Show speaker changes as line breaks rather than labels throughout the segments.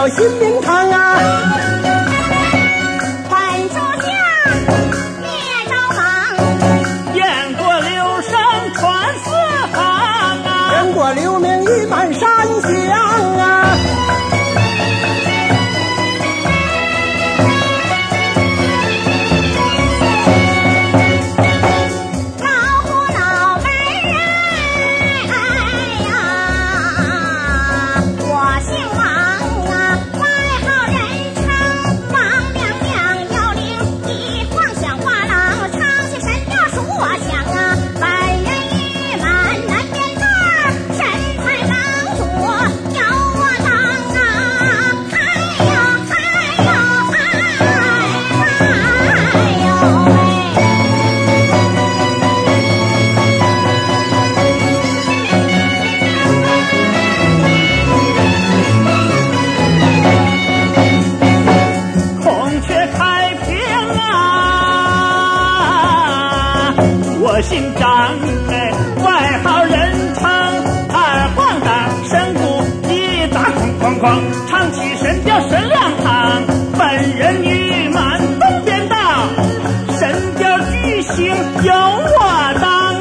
有新名堂啊。
本主将灭昭王，
雁过留声传四行啊，
人过留名一满山乡啊。
姓张外号人称二晃荡，身骨一大哐哐哐，唱起神调神两行。本人玉满东边道，神调巨星由我当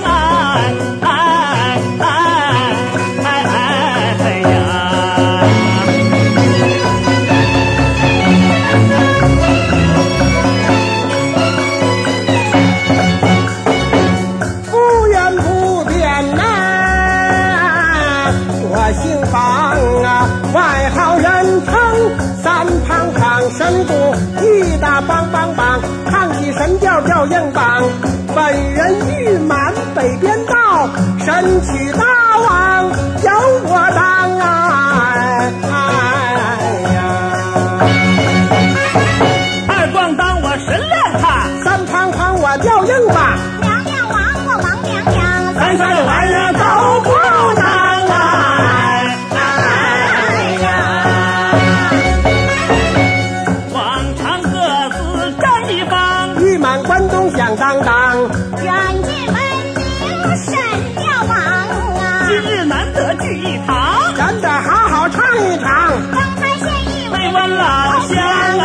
外号人称三胖胖，身骨一大棒棒棒，唱起神调叫硬棒。本人玉满北边道，神曲大王由我当
二咣当我神亮他，
三胖胖我叫硬棒，
娘娘王我王娘娘，
咱仨这玩意儿都不当关东响当当，
远近闻名神调王啊！
今日难得聚一堂，
咱得好好唱一场。
登台献艺
慰问老乡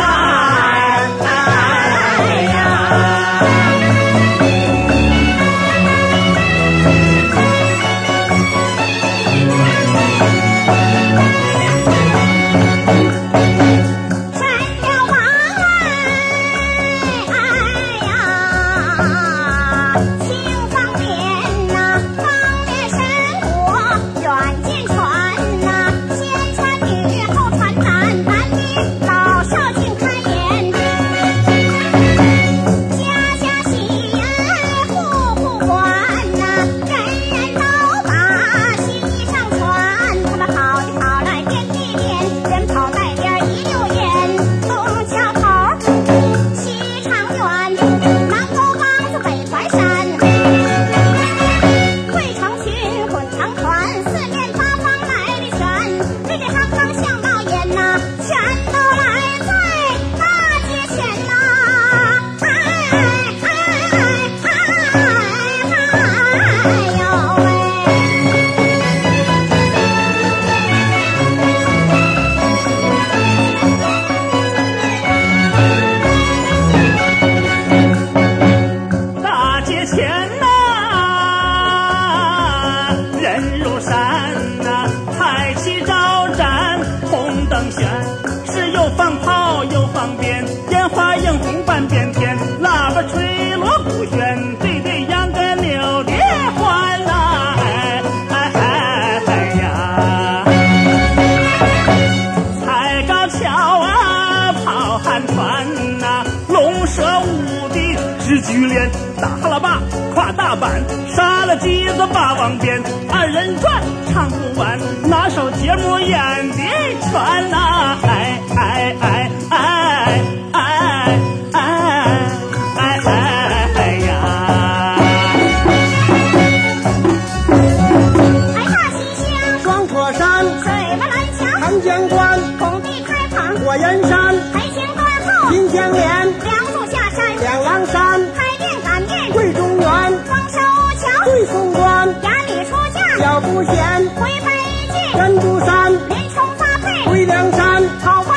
打了坝，跨大板，杀了鸡子把王鞭，二人转唱不完，哪首节目演的全呐？
大西乡，
双驼山，
水泊蓝墙，
长江关，
孔地开旁，
火焰山，
台前端后，
金香莲，
梁祝下山，
两廊山，
开店赶面，
桂中原，
丰收桥，
对宋关，
衙里出嫁，
小不贤，
回北京，
珍珠山，
林冲发配，
归梁山，
好花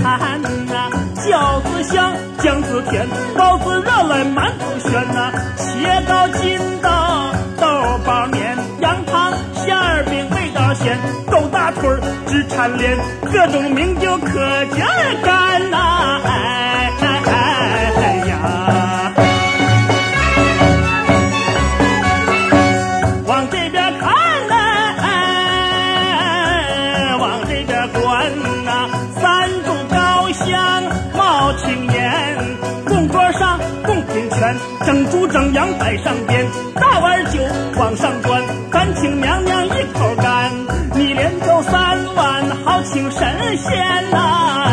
寒呐，饺子香，酱子甜，包子热来馒头旋呐，切糕筋道，豆包面，羊汤馅儿饼味道鲜，狗大腿儿直馋脸，各种名酒可劲儿干呐，哎呀！往这边看呐，往这边观呐，三炷高香冒青烟，供桌上供品全，蒸猪蒸羊摆上边，大碗酒往上端，咱请娘娘一口干，你连酒3碗，好请神仙呐，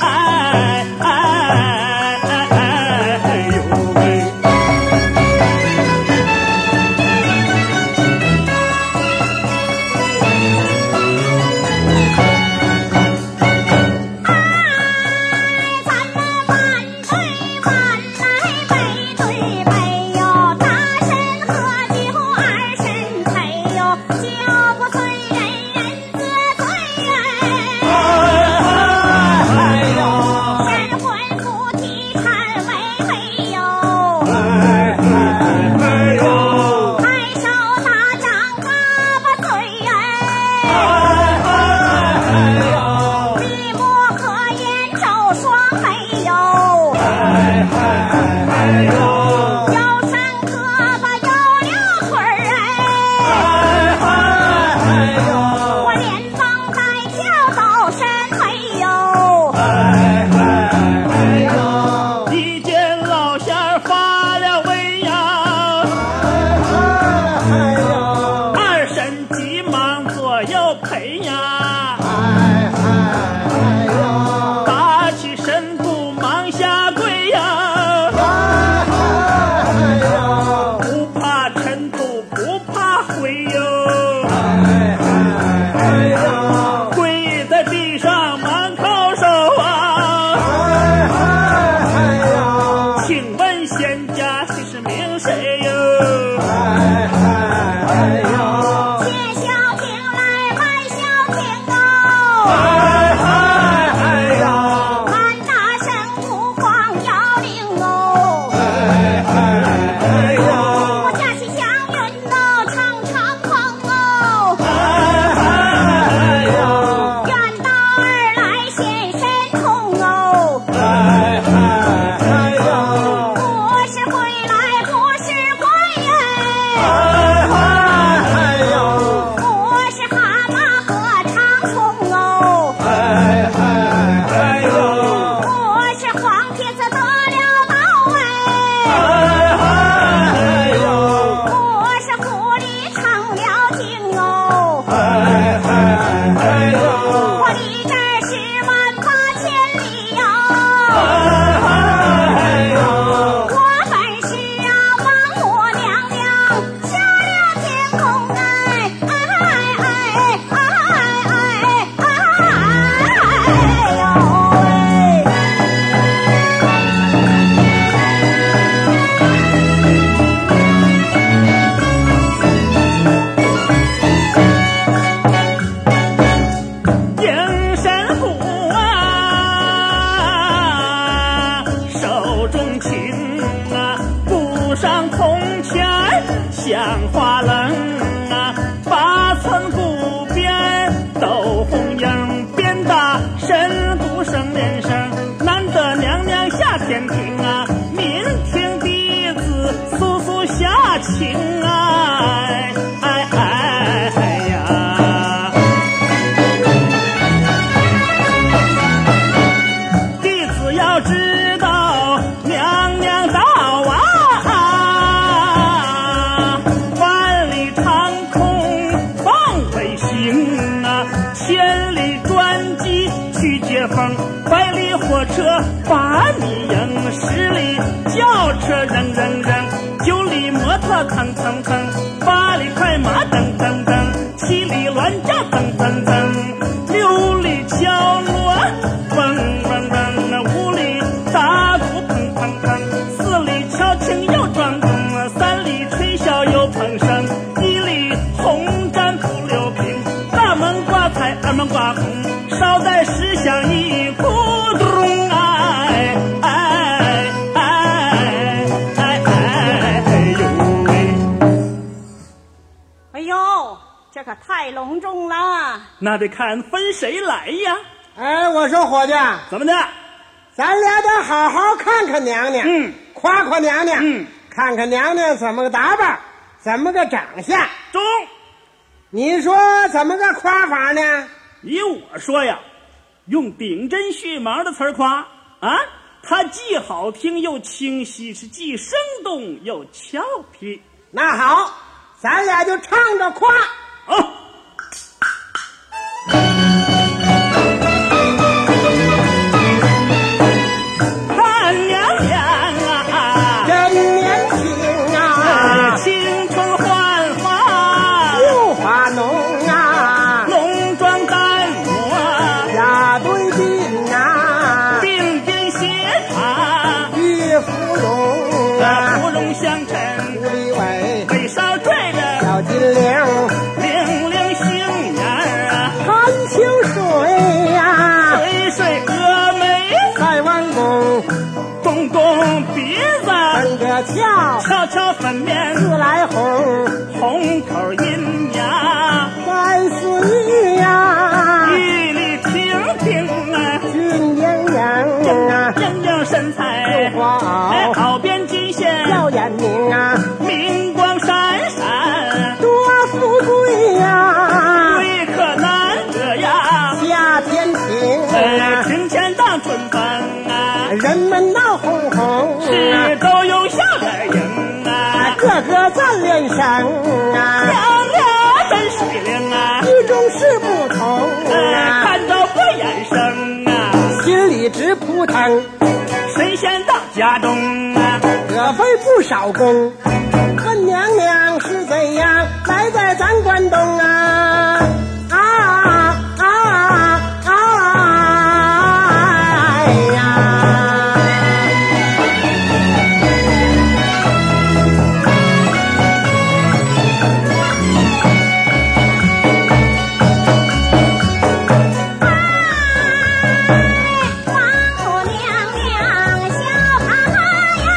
呦喂！8米迎10里轿车扔扔扔，9里摩托蹭蹭蹭，8里快马蹬蹬蹬，7里銮轿蹬蹬蹬，6里敲锣蹦蹦蹦，5里打鼓砰砰砰，4里敲磬又转动，3里吹箫又捧声，1里红毡铺柳平，大门挂彩，二门挂红，捎带10响一咕嘟。
太隆重了。
那得看分谁来呀。
哎，我说伙计，
怎么的？
咱俩得好好看看娘娘，夸夸娘娘，看看娘娘怎么个打扮，怎么个长相。
中，
你说怎么个夸法呢？
依我说呀，用顶针续毛的词儿夸啊，它既好听又清晰，是既生动又俏皮。
那好，咱俩就唱着夸。
哦，看娘娘啊，
真年轻啊，
青春焕发，
秀发浓啊，
浓妆淡抹，
牙对鬓啊，
鬓边斜插，
玉芙蓉啊，
芙蓉相衬，
狐狸尾，
尾梢缀着
小金铃，
灵灵星眼儿啊，
含清水呀，
水水峨眉，
赛弯弓，
公公鼻子，
跟着跳，
悄悄粉面，
自来红，
红口银牙，
该死你呀，
玉里亭亭啊，
俊艳艳啊，
英英身材，
绣花袄，
好边金线，
耀眼明啊，
明光闪闪，
多富贵呀，
贵可难得呀，
夏天晴啊，
庭前荡春风啊，
人们闹哄哄
是
啊，
都有笑脸迎啊，
个个赞脸上啊，
娘娘真水灵啊，
与众是不同啊，
看到不眼生啊，
心里直扑腾，
神仙到家中啊，
可费不少功。问娘娘是怎样来在咱关东啊？哎呀！
王母娘娘笑哈哈呀，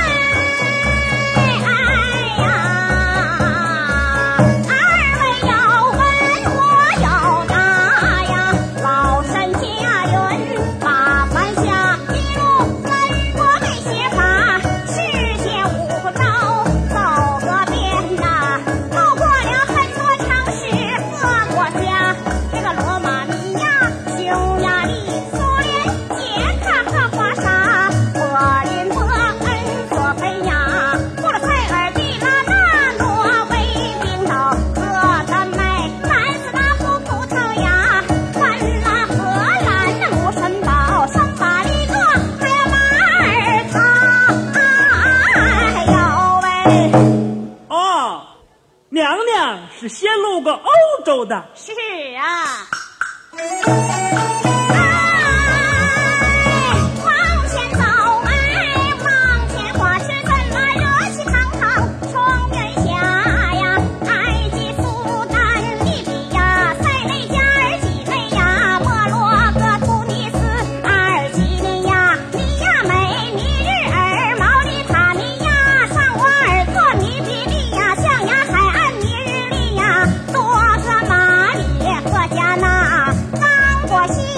哎呀，二位要问我要答呀，老山家园麻烦下一路跟我没写法，世界五招走个遍呐，路过了很多城市和国家，这个罗马尼亚、匈牙利、苏联、捷克和华沙、柏林、伯恩、索菲亚、布鲁塞尔、地拉那、挪威、冰岛、荷丹麦、南斯拉夫、葡萄牙、芬兰、荷兰、卢森堡、圣马力诺，还有马耳他。哎呦喂！
哦，娘娘是先路过欧洲的，
是啊。往前走，往前花是怎么热气腾腾冲云霞呀？埃及、苏丹、利比亚、塞内加尔、几内亚、摩洛哥、突尼斯、阿尔及利亚、尼亚美、尼日尔、毛里塔尼亚、上瓦尔特、尼比利亚、象牙海岸、尼日利亚、多格马里和加纳、刚果西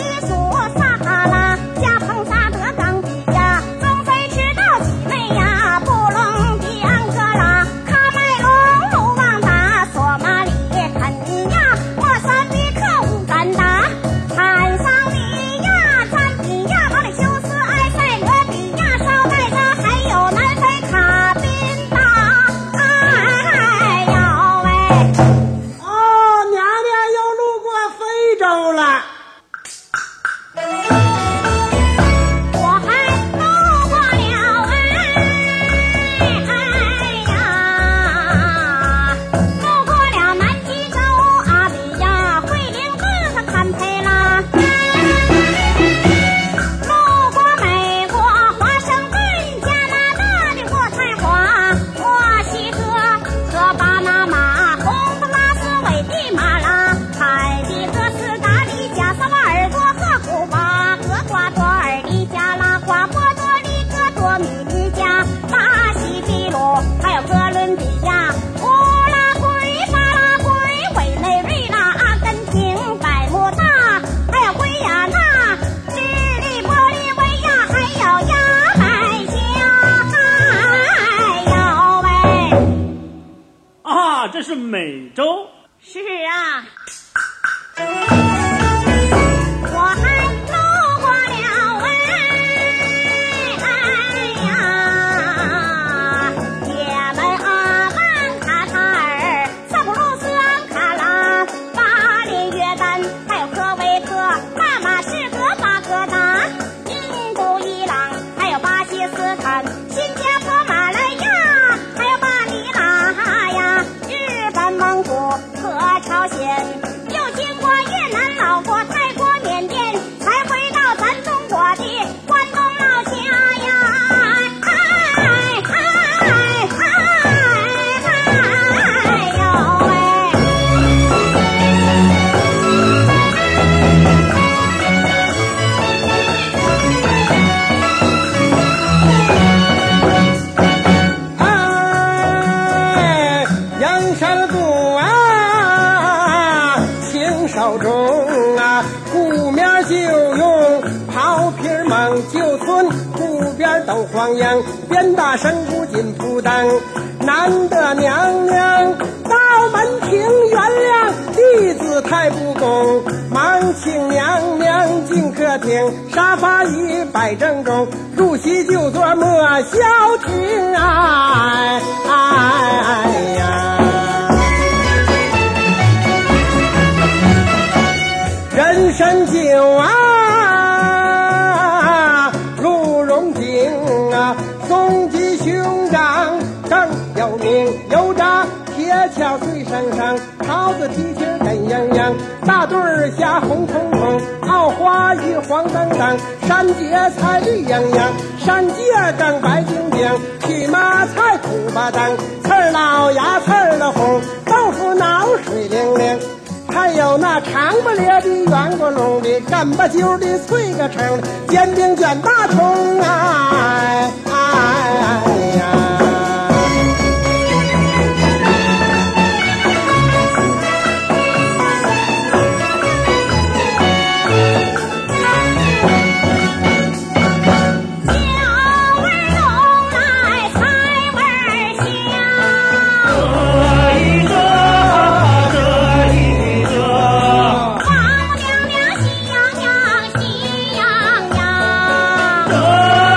是美洲。
是啊，我还路过了哎呀，也门阿曼卡塔尔、塞浦路斯、安卡拉、巴林、约旦，还有科威特、大马士革、巴格达、印度、伊朗，还有巴基斯坦、新加坡、马来亚，还有马尼拉呀，日本、蒙古和朝鲜，又经过越南、老挝、泰国、缅甸，才回到咱中国的关东老家呀！呦喂！
杨山渡啊，青少中啊，湖面就用泡皮蒙旧村，湖边斗黄杨，鞭打神鼓进铺当，难得娘娘到门庭原谅，弟子太不公，忙请娘娘进客厅，沙发椅摆正中，入席就坐莫消停哎呀。人参酒啊，鹿茸精啊，松鸡胸掌更有名，油炸铁锹最上上，桃子提琴根洋洋，大对儿虾红彤彤，澳花鱼黄当当，山芥菜绿洋洋，山芥更白晶晶，荨麻菜苦巴当，刺儿老芽刺儿的红，豆腐脑水灵灵。还有那长不咧的、圆咕隆的、干巴揪的、脆个成的，煎饼卷大葱啊！哎呀！
呀。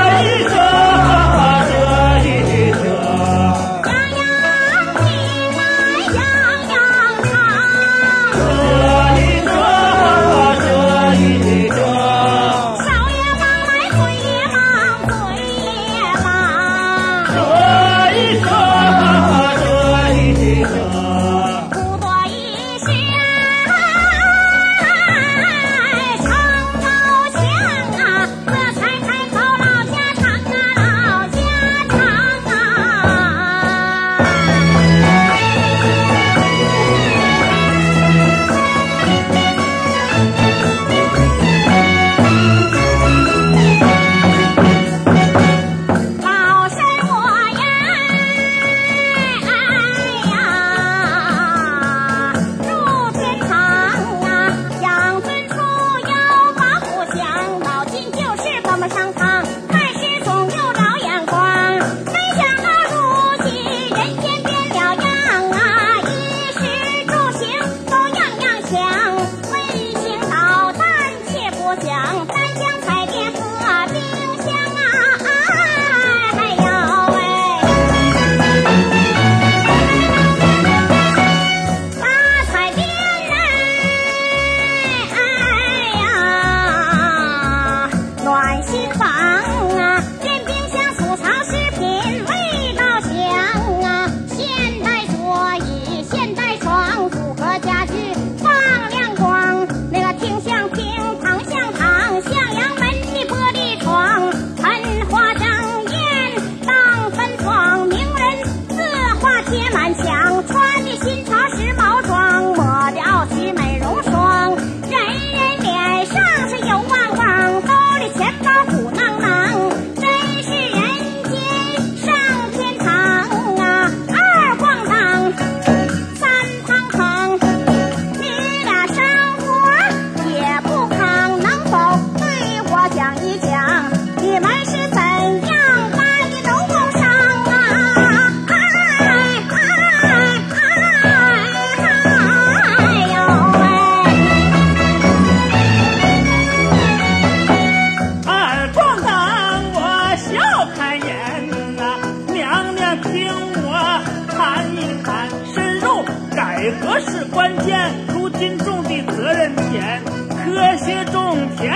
做事关键，如今种的责任田，可惜种田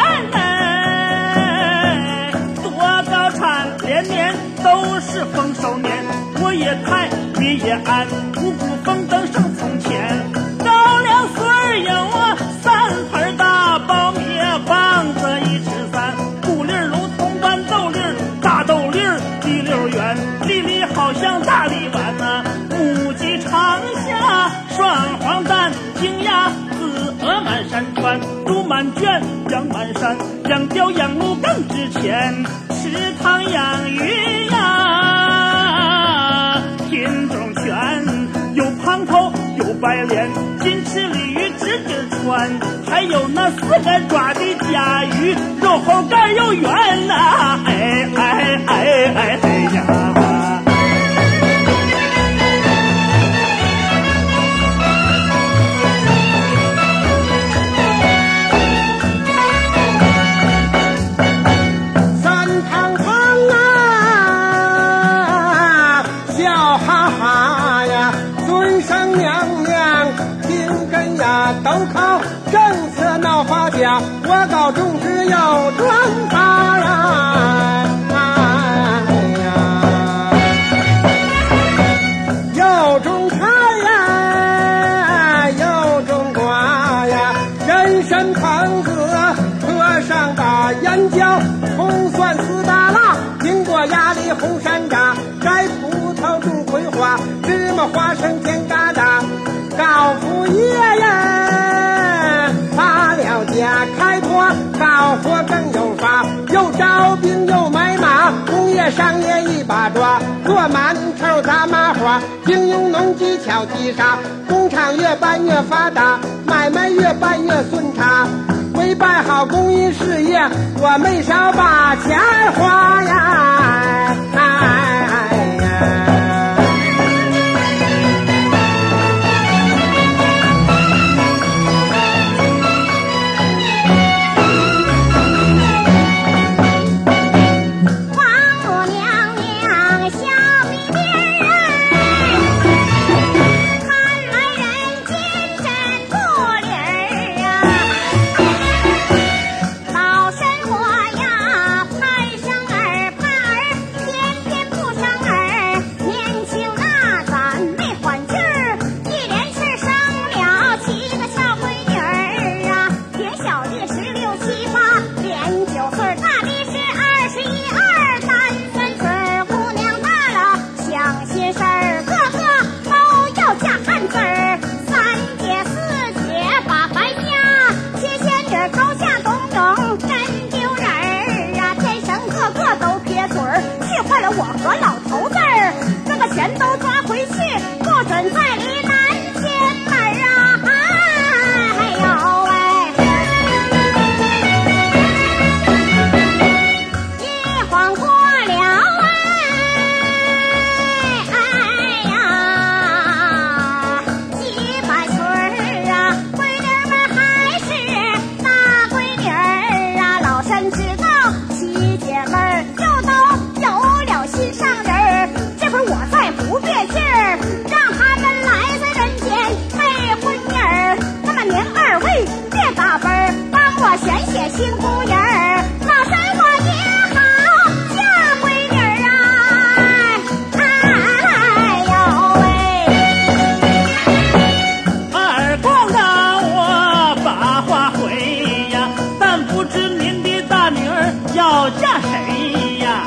多高产，连年都是丰收年。我也太你也安，五谷丰登胜从前。高粱穗儿有3盆大，苞米棒子1尺3，谷粒如同豌豆粒，大豆粒地溜圆，粒粒好像大力丸呐。母鸡长下双黄蛋，精鸭子鹅满山川，猪满圈羊满山，养貂养鹿更值钱，池塘养鱼呀品种全，有胖头有白脸，金翅鲤鱼直直穿，还有那4个爪的甲鱼，肉后盖又圆呐，哎哎哎哎哎呀！
都靠政策闹发家，我搞种植要转发呀！又种菜呀，又种瓜呀，人参胖子喝上把烟椒，葱蒜丝大辣，苹果鸭梨红山楂，摘葡萄种葵花，芝麻花生甜疙瘩，高富爷呀发了家，开拓高活更有法，又招兵又买马，工业商业一把抓，做馒头砸麻花，经营农技巧击杀，工厂越办越发达，买卖越办越顺畅，为办好公益事业，我没少把钱花呀！
我和老头子儿，这个全都抓回去，不准再离南天门啊！哎呦喂，一晃过了哎呀，几百岁儿啊，闺女们还是大闺女儿啊，老身知道七姐妹儿又都有心上人，这会儿我再不别劲儿，让他们来在人间配婚姻儿。那么您二位别打分儿，帮我选写新姑爷儿，老身我也好嫁闺女儿啊！哎呦
喂，耳光啊我把话回呀，但不知您的大女儿要嫁谁呀？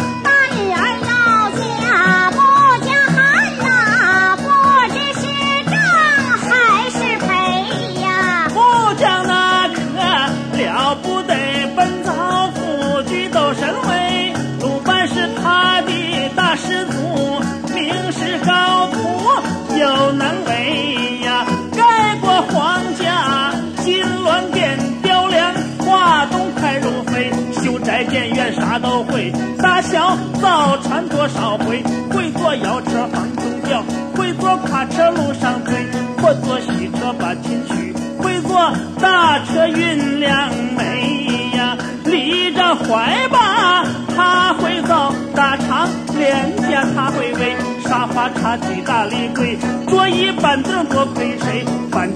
有难为呀，盖过皇家，金銮殿雕梁，画东快如飞，修宅建院啥都会，大小造船多少回，会坐摇车房中吊，会坐卡车路上推，或坐喜车把亲娶，会坐大车运两枚呀，立着怀把他会造，大长脸颊他会围，沙发茶几大立柜，桌椅板凳多亏谁，板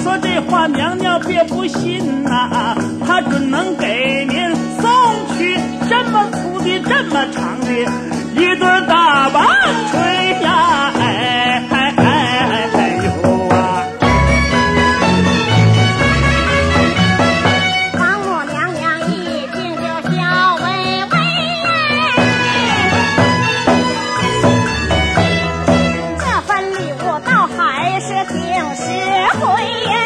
说这话，娘娘别不信呐，他准能给您送去这么粗的、这么长的一对大棒槌呀！哎哎哎哎呦啊！
王母娘娘一听就笑微微，这份礼物倒还是挺实惠耶。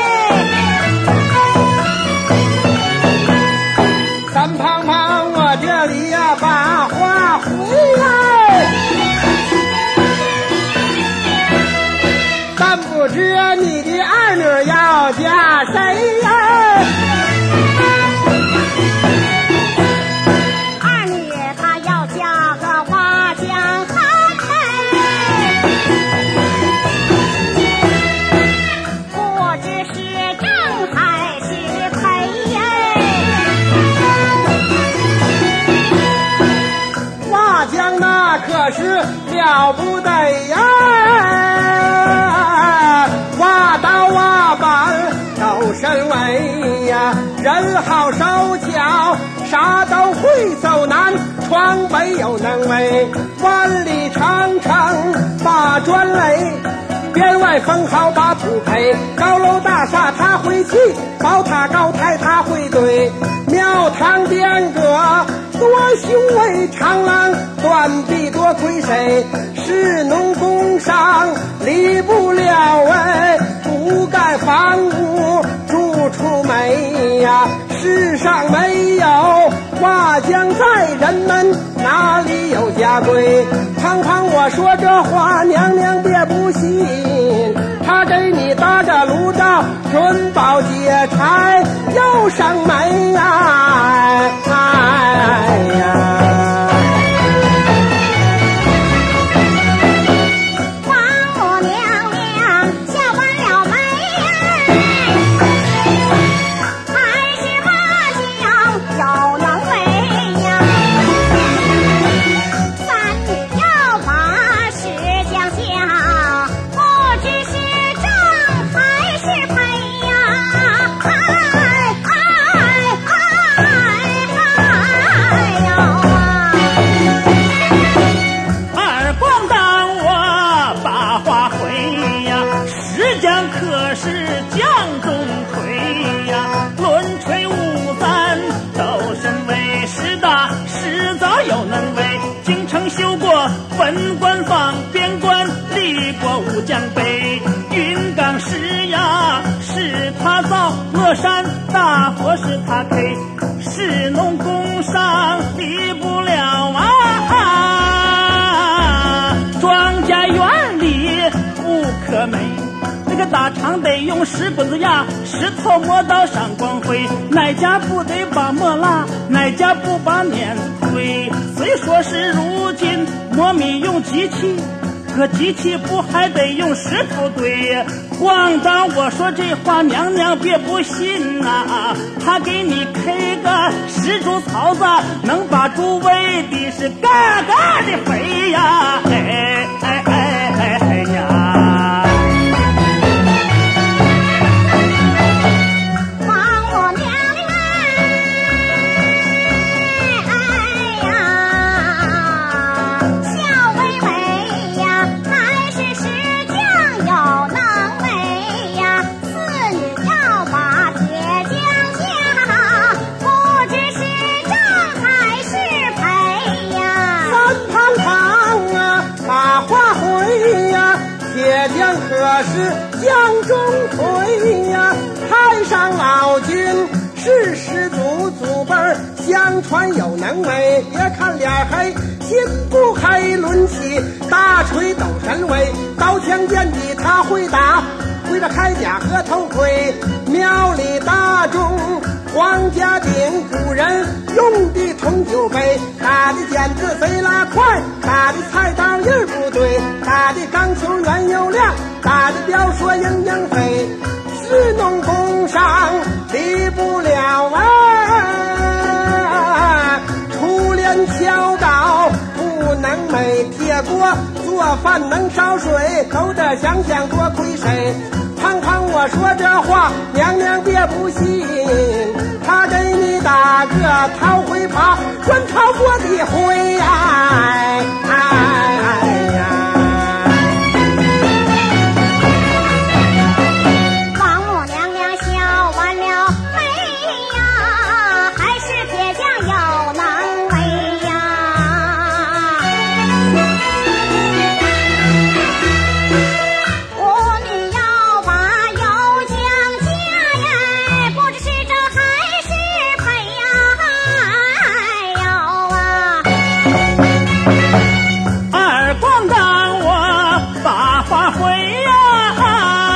三胖胖，我这里呀把话回来，但不知你的二女要嫁谁呀？
二女她要嫁个瓦匠汉嘞，不知是正还是赔耶。
瓦匠那可是了不得呀，挖刀挖板都身为呀，人好手巧，啥都会走难，床北又能为，万里长城把砖垒，边外封号把土培，高楼大厦他会砌，宝塔高台他会堆，庙堂殿阁多雄伟，长廊断壁多亏谁？士农工商离不了哎，不盖房屋住处美呀，世上没有瓦匠在，人们哪里有家规？胖胖我说这话，娘娘别不信，他给你搭个炉灶，准保解柴又生煤呀！哎呀！
文官方边关立过武将碑，云冈石崖是他造，乐山大佛是他推，士农工商离不了啊，庄稼园里不可没，那个大肠得用石棍子压，石头磨到上光辉，哪家不得把磨拉，哪家不把碾子推，虽说是如今磨米用机器，可机器不还得用石头堆？皇上我说这话，娘娘别不信呐，他给你开个石猪槽子，能把猪喂的是嘎嘎的肥呀！哎哎哎哎哎呀！
铁匠可是江中推呀，太上老君是始祖，祖辈相传有能为。别看脸黑，心不黑，抡起大锤斗神威，刀枪剑戟他会打，会着铠甲和头盔。庙里大钟皇家鼎，古人用的铜酒杯，打的剪子贼拉快，打的菜刀印不对，打的钢球圆又亮，打的雕塑鹰鹰飞，士农工商离不了啊，出镰敲刀不能美，铁锅做饭能烧水，都得想想多亏谁。胖胖我我说这话，娘娘别不信。他给你打个逃回跑，专逃过的回呀！
王母娘娘笑完了没呀？还是铁匠有能为呀？妇女要把油浆加呀，不知是挣还是赔呀？要啊！
二光当我把话回呀，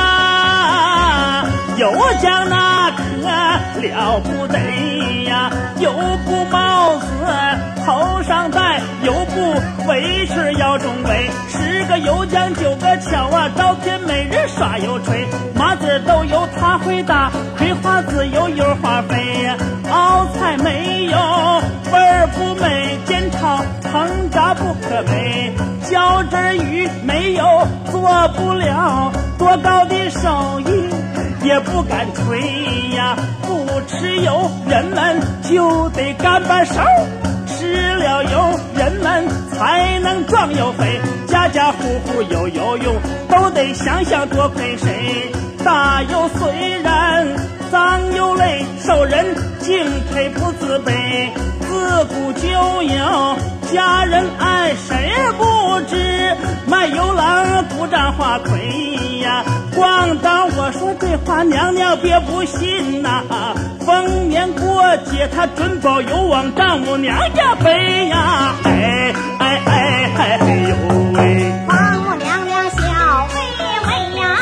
又将那可了不得呀，又不帽子头上戴，又不围裙腰中围，10个油浆9个敲啊，照天每日刷油吹，麻子都有他会打，葵花籽有油花飞呀，熬菜没有味儿不美，煎炒烹炸不可美，浇汁鱼没有做不了，多高的手艺也不敢吹呀，不吃油人们就得干巴手，吃了油人们才能壮又肥，家家户户有油用，都得想想多亏谁。大油虽然脏又累，受人敬佩不自卑，自古就有家人爱，谁不知卖油郎不长花魁呀？光当我说这话，娘娘别不信呐！逢年过节他准保油往丈母娘家背呀！哎哎哎哎呦喂！
王母娘娘笑微微呀，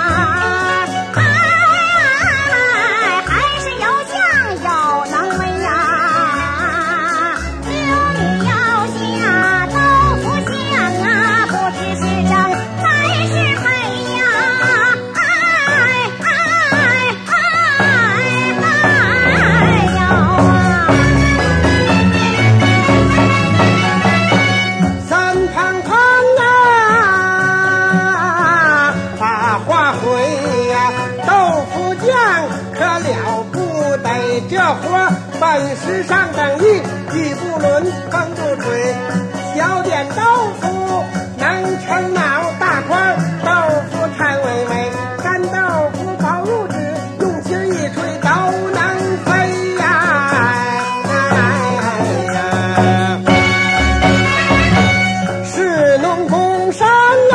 还是有将有能为呀。妇女要下豆腐香啊，不知是挣还是赔呀。要啊！
三堂堂啊，把话回呀，豆腐酱可了不得，这活本事上等于语不伦风不吹，小点豆腐能成脑，大块豆腐太唯美，干豆腐包入纸，用心一吹都能飞呀！士农工商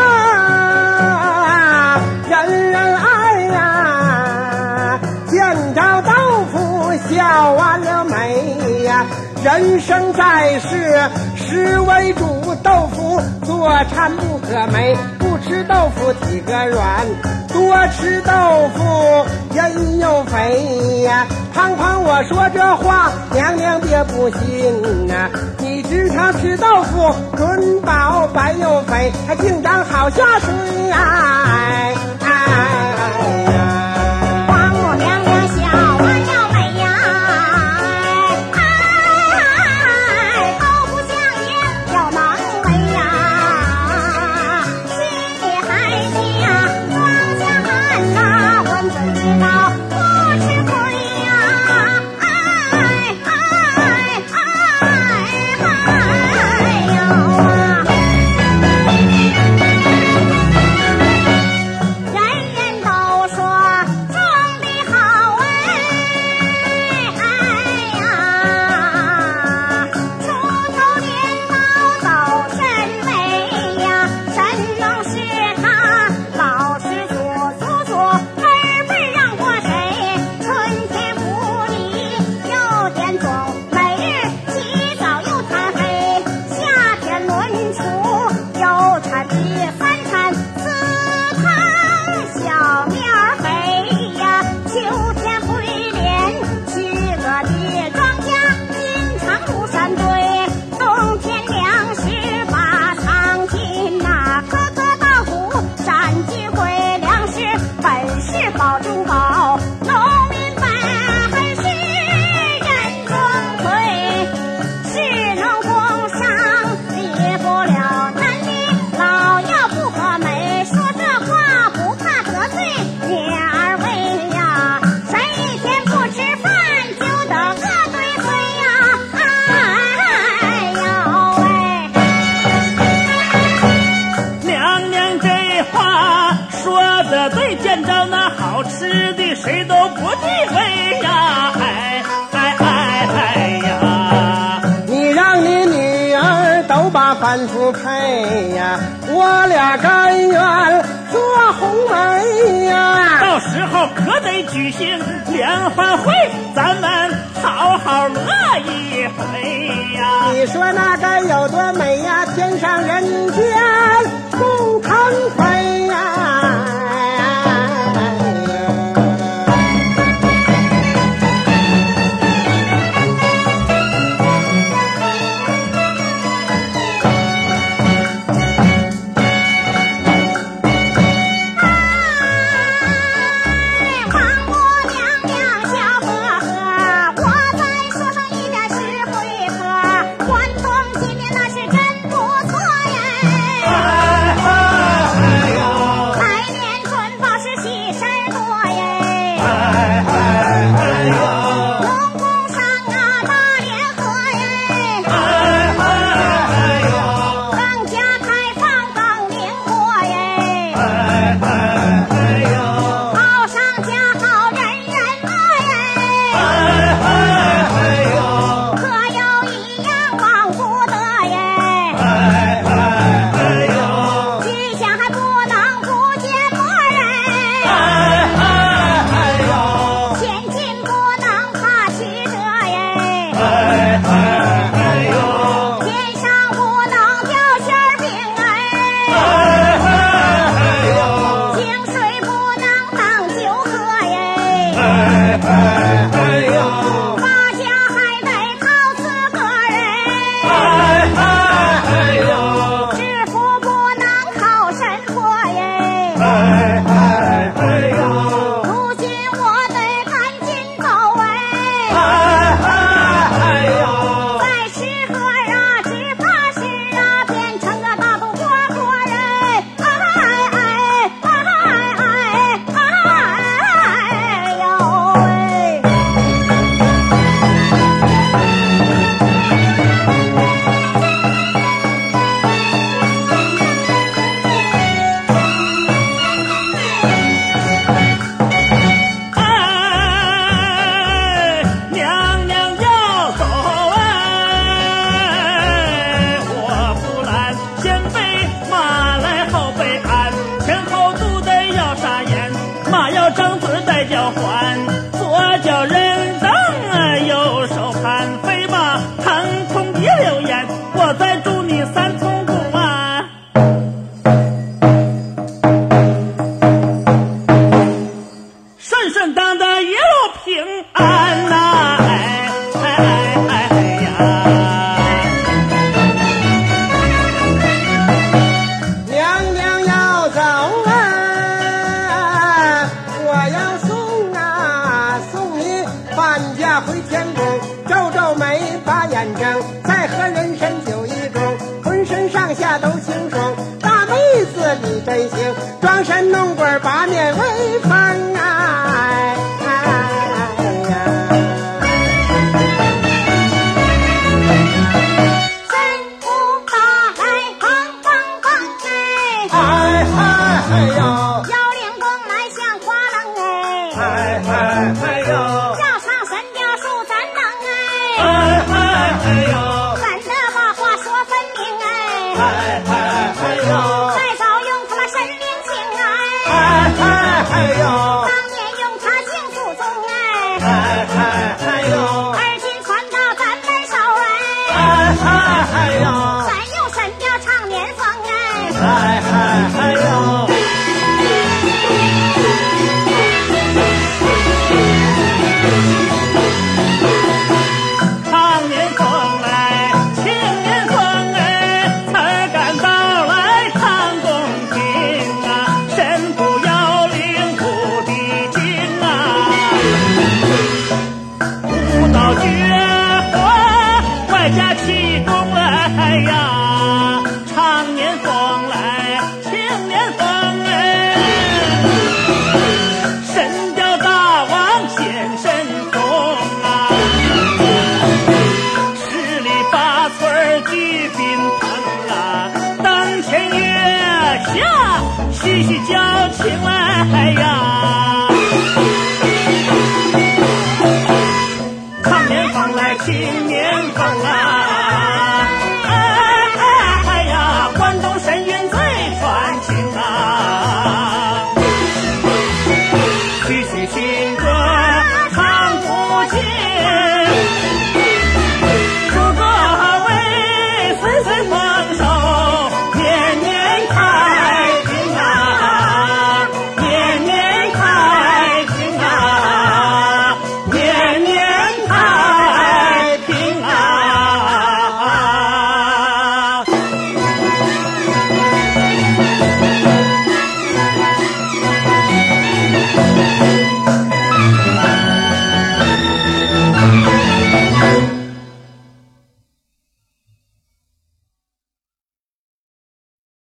啊，人人爱呀，见着豆腐笑完了没呀？人生在世，食为主，豆腐做餐不可没，不吃豆腐体格软，多吃豆腐人又肥呀。胖胖我说这话，娘娘别不信呐、你知他吃豆腐准饱白又肥，还净长好下水呀！
王母娘娘笑完了没呀？豆腐酱也有能为呀，心里还想装下汗呐，蚊子知道不吃亏呀。要啊！
见着那好吃的谁都不忌讳呀，呀！
你让你女儿都把饭煮配呀，我俩甘愿做红梅呀。
到时候可得举行联欢会，咱们好好乐一回呀！
你说那该有多美呀，天上人间共腾飞呀！
正字带叫唤，左脚人蹬，右手盘飞马，腾空一溜烟，我再祝你三通鼓啊！顺顺当当一路平安呐！
娘娘要走送你搬家回天宫，皱皱眉，把眼睁，再喝人参酒一盅，浑身上下都清爽。大妹子你真行，装神弄鬼，八面威风啊！
家启动了呀，常年风来，青年风哎，神雕大王显神通啊，十里八村聚宾朋啊，灯前月下，叙叙交情来呀。 年方来，青年方啊。